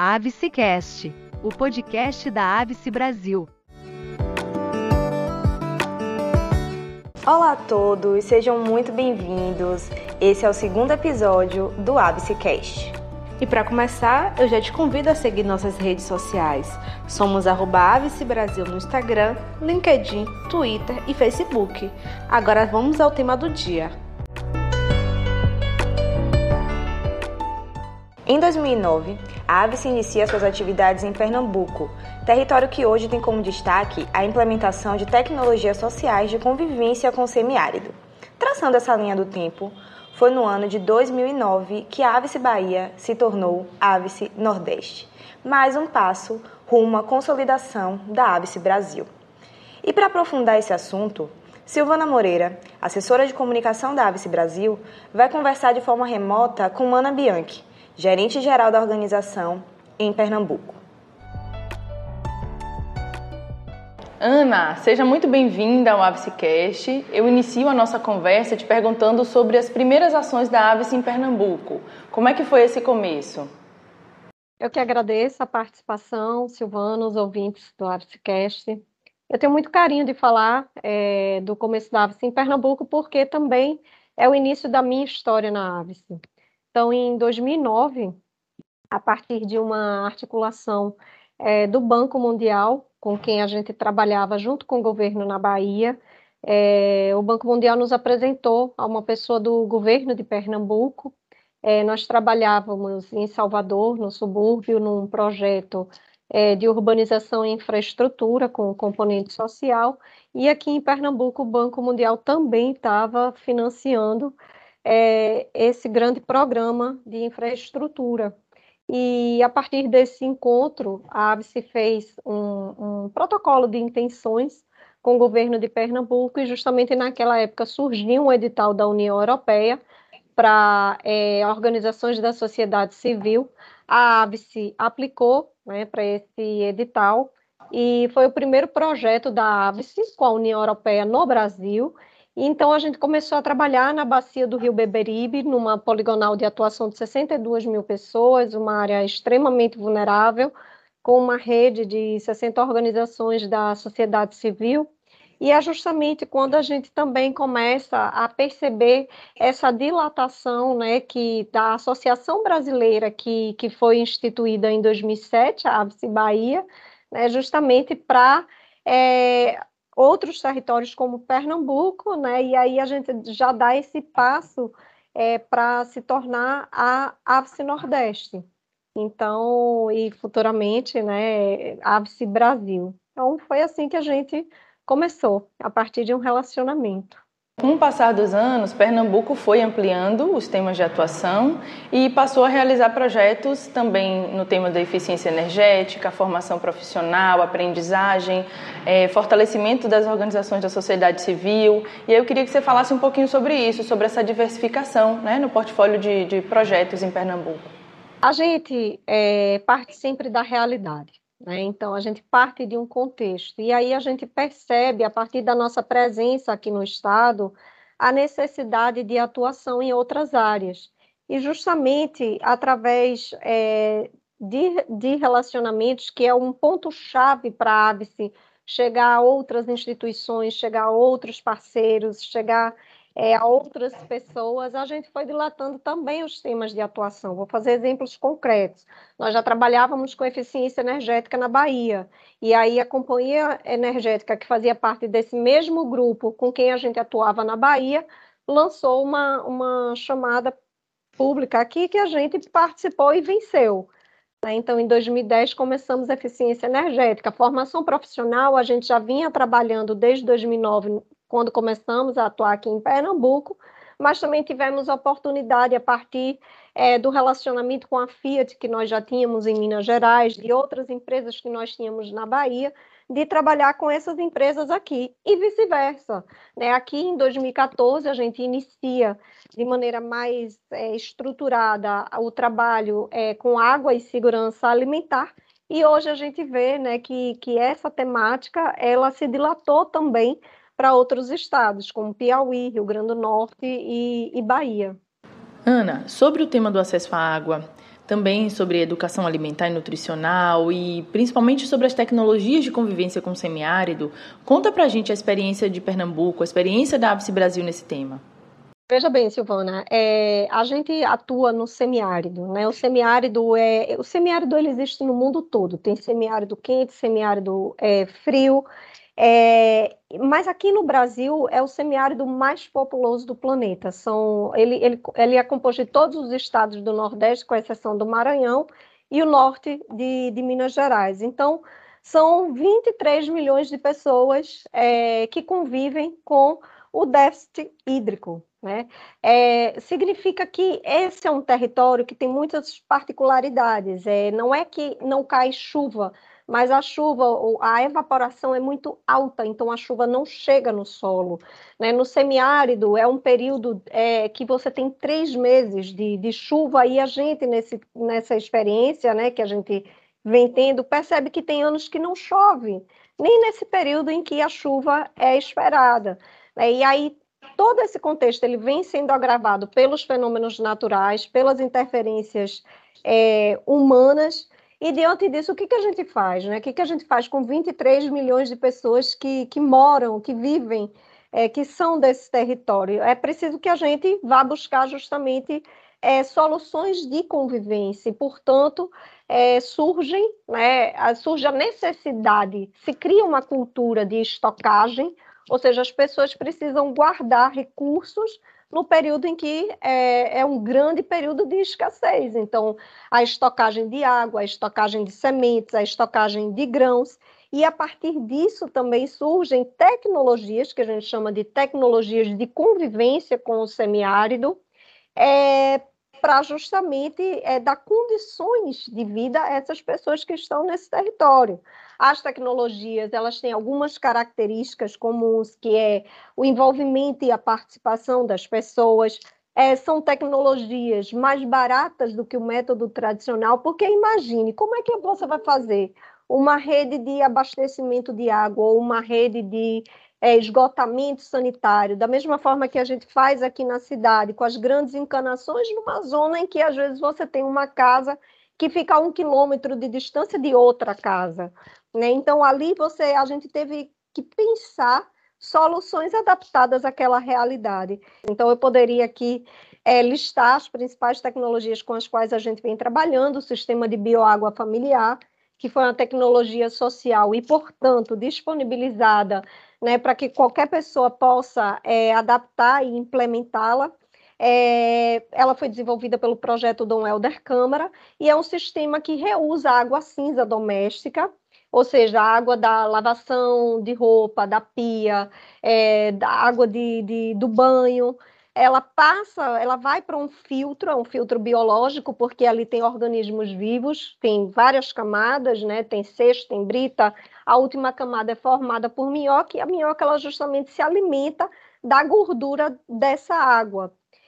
AVScast, o podcast da AVS Brasil. Olá a todos, sejam muito bem-vindos. Esse é o segundo episódio do AVScast. E para começar, eu já te convido a seguir nossas redes sociais. Somos @AVS Brasil no Instagram, LinkedIn, Twitter e Facebook. Agora vamos ao tema do dia. Em 2009, a AVS inicia suas atividades em Pernambuco, território que hoje tem como destaque a implementação de tecnologias sociais de convivência com o semiárido. Traçando essa linha do tempo, foi no ano de 2009 que a AVS Bahia se tornou AVS Nordeste, mais um passo rumo à consolidação da AVS Brasil. E para aprofundar esse assunto, Silvana Moreira, assessora de comunicação da AVS Brasil, vai conversar de forma remota com Ana Bianchi, gerente-geral da organização em Pernambuco. Ana, seja muito bem-vinda ao AVScast. Eu inicio a nossa conversa te perguntando sobre as primeiras ações da AVS em Pernambuco. Como é que foi esse começo? Eu que agradeço a participação, Silvana, os ouvintes do AVScast. Eu tenho muito carinho de falar do começo da AVS em Pernambuco, porque também é o início da minha história na AVS. Então, em 2009, a partir de uma articulação do Banco Mundial, com quem a gente trabalhava junto com o governo na Bahia, o Banco Mundial nos apresentou a uma pessoa do governo de Pernambuco. Nós trabalhávamos em Salvador, no subúrbio, num projeto de urbanização e infraestrutura com componente social, e aqui em Pernambuco o Banco Mundial também estava financiando esse grande programa de infraestrutura. E a partir desse encontro, a AVS fez um protocolo de intenções com o governo de Pernambuco, e justamente naquela época surgiu um edital da União Europeia para organizações da sociedade civil. A AVS aplicou, né, para esse edital, e foi o primeiro projeto da AVS com a União Europeia no Brasil. Então, a gente começou a trabalhar na bacia do Rio Beberibe, numa poligonal de atuação de 62 mil pessoas, uma área extremamente vulnerável, com uma rede de 60 organizações da sociedade civil. E é justamente quando a gente também começa a perceber essa dilatação, né, da Associação Brasileira que foi instituída em 2007, a AVS Bahia, né, justamente para outros territórios como Pernambuco, né? E aí a gente já dá esse passo para se tornar a AVS Nordeste. Então, e futuramente, né, a AVS Brasil. Então, foi assim que a gente começou, a partir de um relacionamento. Com o passar dos anos, Pernambuco foi ampliando os temas de atuação e passou a realizar projetos também no tema da eficiência energética, formação profissional, aprendizagem, fortalecimento das organizações da sociedade civil. E aí eu queria que você falasse um pouquinho sobre isso, sobre essa diversificação, né, no portfólio de projetos em Pernambuco. A gente parte sempre da realidade. Então, a gente parte de um contexto, e aí a gente percebe, a partir da nossa presença aqui no Estado, a necessidade de atuação em outras áreas. E justamente através de relacionamentos, que é um ponto-chave para a AVS chegar a outras instituições, chegar a outros parceiros, chegar a outras pessoas, a gente foi dilatando também os temas de atuação. Vou fazer exemplos concretos. Nós já trabalhávamos com eficiência energética na Bahia, e aí a companhia energética, que fazia parte desse mesmo grupo com quem a gente atuava na Bahia, lançou uma chamada pública aqui que a gente participou e venceu. Então, em 2010, começamos a eficiência energética. A formação profissional, a gente já vinha trabalhando desde 2009, quando começamos a atuar aqui em Pernambuco, mas também tivemos a oportunidade, a partir do relacionamento com a Fiat, que nós já tínhamos em Minas Gerais, de outras empresas que nós tínhamos na Bahia, de trabalhar com essas empresas aqui, e vice-versa. Aqui, em 2014, a gente inicia de maneira mais estruturada o trabalho com água e segurança alimentar, e hoje a gente vê, né, que essa temática ela se dilatou também para outros estados, como Piauí, Rio Grande do Norte e Bahia. Ana, sobre o tema do acesso à água, também sobre educação alimentar e nutricional e principalmente sobre as tecnologias de convivência com o semiárido. Conta pra gente a experiência de Pernambuco, a experiência da ABSE Brasil nesse tema. Veja bem, Silvana, a gente atua no semiárido, né? O semiárido ele existe no mundo todo. Tem semiárido quente, semiárido frio. Mas aqui no Brasil é o semiárido mais populoso do planeta. Ele é composto de todos os estados do Nordeste, com exceção do Maranhão, e o norte de Minas Gerais. Então, são 23 milhões de pessoas que convivem com o déficit hídrico, né? Significa que esse é um território que tem muitas particularidades. Não é que não cai chuva, mas a evaporação é muito alta, então a chuva não chega no solo, né? No semiárido é um período que você tem 3 meses de chuva, e a gente, nessa experiência, né, que a gente vem tendo, percebe que tem anos que não chove, nem nesse período em que a chuva é esperada. E aí, todo esse contexto ele vem sendo agravado pelos fenômenos naturais, pelas interferências humanas, e diante disso, o que a gente faz, né? O que a gente faz com 23 milhões de pessoas que moram, que vivem, que são desse território? É preciso que a gente vá buscar justamente soluções de convivência, e, portanto, surge a necessidade, se cria uma cultura de estocagem, ou seja, as pessoas precisam guardar recursos no período em que é um grande período de escassez. Então, a estocagem de água, a estocagem de sementes, a estocagem de grãos, e a partir disso também surgem tecnologias, que a gente chama de tecnologias de convivência com o semiárido, para justamente dar condições de vida a essas pessoas que estão nesse território. As tecnologias, elas têm algumas características comuns, que é o envolvimento e a participação das pessoas. São tecnologias mais baratas do que o método tradicional, porque imagine, como é que você vai fazer uma rede de abastecimento de água ou uma rede de esgotamento sanitário, da mesma forma que a gente faz aqui na cidade, com as grandes encanações, numa zona em que às vezes você tem uma casa que fica a 1 quilômetro de distância de outra casa, né? Então ali a gente teve que pensar soluções adaptadas àquela realidade. Então eu poderia aqui listar as principais tecnologias com as quais a gente vem trabalhando: o sistema de bioágua familiar, que foi uma tecnologia social e, portanto, disponibilizada, né, para que qualquer pessoa possa adaptar e implementá-la. Ela foi desenvolvida pelo projeto Dom Helder Câmara, e é um sistema que reusa água cinza doméstica, ou seja, a água da lavação de roupa, da pia, da água do banho. Ela vai para um filtro, é um filtro biológico, porque ali tem organismos vivos, tem várias camadas, né? Tem cesto, tem brita, a última camada é formada por minhoca, e a minhoca ela justamente se alimenta da gordura dessa água.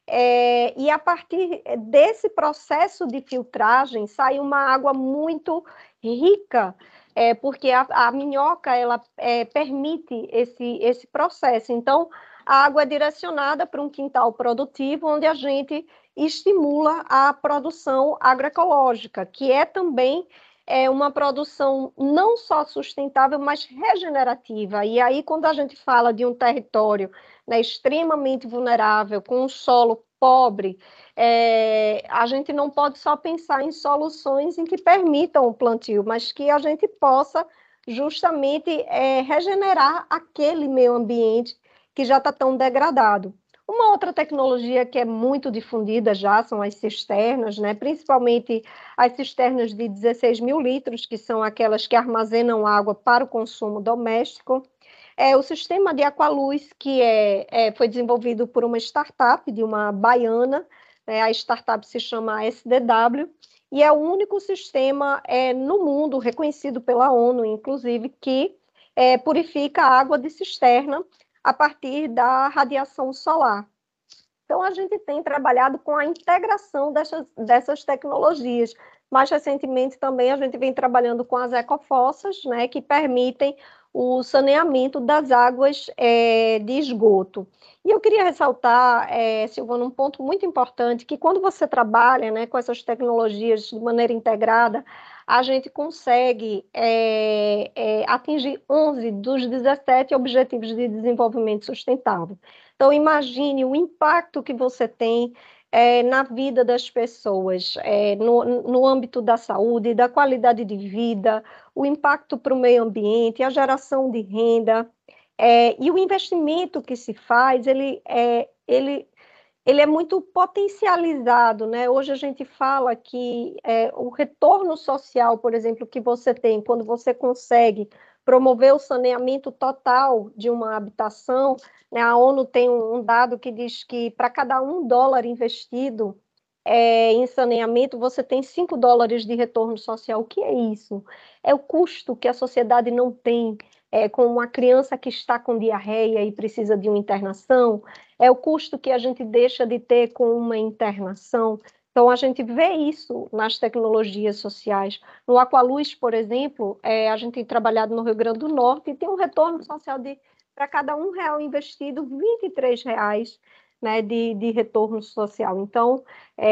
E a partir desse processo de filtragem sai uma água muito rica, porque a minhoca ela permite esse processo. Então, a água é direcionada para um quintal produtivo, onde a gente estimula a produção agroecológica, que é também uma produção não só sustentável, mas regenerativa. E aí, quando a gente fala de um território, né, extremamente vulnerável, com um solo pobre, a gente não pode só pensar em soluções em que permitam o plantio, mas que a gente possa justamente regenerar aquele meio ambiente que já está tão degradado. Uma outra tecnologia que é muito difundida já são as cisternas, né? Principalmente as cisternas de 16 mil litros, que são aquelas que armazenam água para o consumo doméstico. O sistema de Aqualuz, que foi desenvolvido por uma startup de uma baiana, né? A startup se chama SDW, e é o único sistema no mundo, reconhecido pela ONU, inclusive, que purifica a água de cisterna a partir da radiação solar. Então, a gente tem trabalhado com a integração dessas tecnologias. Mais recentemente, também, a gente vem trabalhando com as ecofossas, né, que permitem o saneamento das águas de esgoto. E eu queria ressaltar, Silvana, um ponto muito importante, que quando você trabalha, né, com essas tecnologias de maneira integrada, a gente consegue atingir 11 dos 17 Objetivos de Desenvolvimento Sustentável. Então, imagine o impacto que você tem na vida das pessoas, no âmbito da saúde, da qualidade de vida, o impacto para o meio ambiente, a geração de renda, e o investimento que se faz, ele é muito potencializado, né? Hoje a gente fala que o retorno social, por exemplo, que você tem quando você consegue promover o saneamento total de uma habitação, né? A ONU tem um dado que diz que para cada $1 investido em saneamento, você tem $5 de retorno social. O que é isso? É o custo que a sociedade não tem com uma criança que está com diarreia e precisa de uma internação, é o custo que a gente deixa de ter com uma internação. Então, a gente vê isso nas tecnologias sociais. No Aqualuz, por exemplo, a gente tem trabalhado no Rio Grande do Norte e tem um retorno social para cada R$1 investido, R$23, né, de retorno social. Então,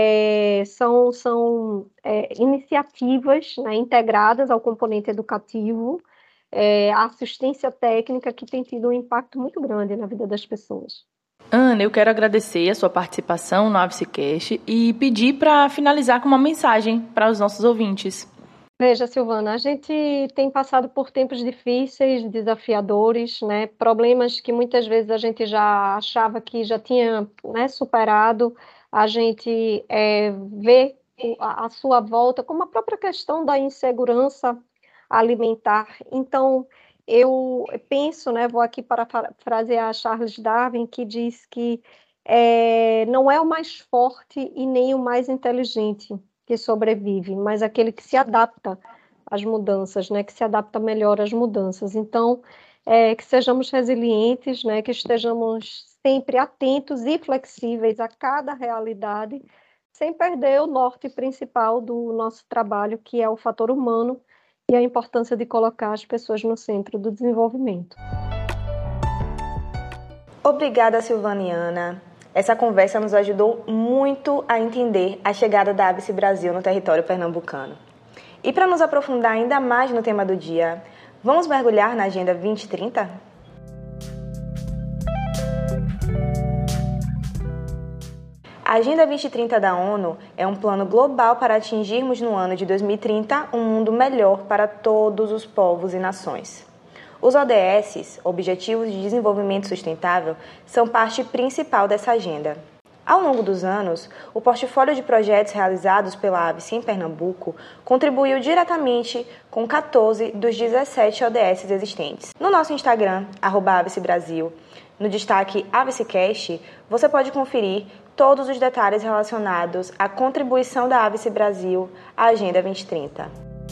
são iniciativas, né, integradas ao componente educativo, a assistência técnica que tem tido um impacto muito grande na vida das pessoas. Ana, eu quero agradecer a sua participação no ABSecast e pedir para finalizar com uma mensagem para os nossos ouvintes. Veja, Silvana, a gente tem passado por tempos difíceis, desafiadores, né? Problemas que muitas vezes a gente já achava que já tinha, né, superado. A gente vê a sua volta, como a própria questão da insegurança alimentar. Então, eu penso, né, vou aqui parafrasear Charles Darwin, que diz que não é o mais forte e nem o mais inteligente que sobrevive, mas aquele que se adapta às mudanças, né, que se adapta melhor às mudanças. Então, que sejamos resilientes, né, que estejamos sempre atentos e flexíveis a cada realidade, sem perder o norte principal do nosso trabalho, que é o fator humano, e a importância de colocar as pessoas no centro do desenvolvimento. Obrigada, Silvana e Ana. Essa conversa nos ajudou muito a entender a chegada da ABC Brasil no território pernambucano. E para nos aprofundar ainda mais no tema do dia, vamos mergulhar na Agenda 2030? A Agenda 2030 da ONU é um plano global para atingirmos no ano de 2030 um mundo melhor para todos os povos e nações. Os ODS, Objetivos de Desenvolvimento Sustentável, são parte principal dessa agenda. Ao longo dos anos, o portfólio de projetos realizados pela ABC em Pernambuco contribuiu diretamente com 14 dos 17 ODS existentes. No nosso Instagram, @ABCBrasil, no destaque ABSecast, você pode conferir todos os detalhes relacionados à contribuição da ABC Brasil à Agenda 2030.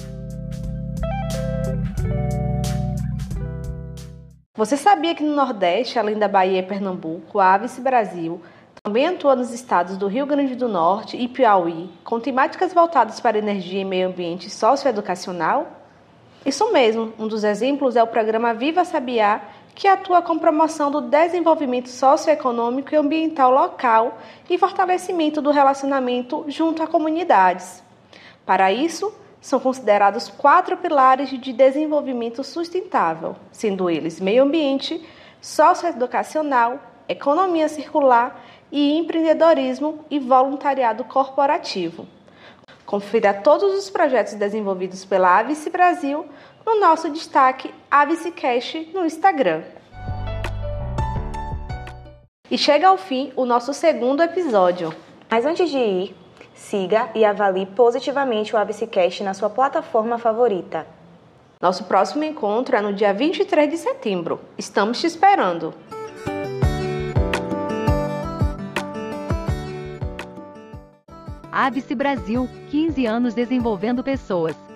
Você sabia que no Nordeste, além da Bahia e Pernambuco, a ABC Brasil também atua nos estados do Rio Grande do Norte e Piauí, com temáticas voltadas para energia e meio ambiente socioeducacional? Isso mesmo, um dos exemplos é o programa Viva Sabiá, que atua com promoção do desenvolvimento socioeconômico e ambiental local e fortalecimento do relacionamento junto a comunidades. Para isso, são considerados 4 pilares de desenvolvimento sustentável, sendo eles meio ambiente, socioeducacional, economia circular e empreendedorismo e voluntariado corporativo. Confira todos os projetos desenvolvidos pela ABC Brasil no nosso destaque ABSecast no Instagram. E chega ao fim o nosso segundo episódio. Mas antes de ir, siga e avalie positivamente o ABSecast na sua plataforma favorita. Nosso próximo encontro é no dia 23 de setembro. Estamos te esperando! ABC Brasil, 15 anos desenvolvendo pessoas.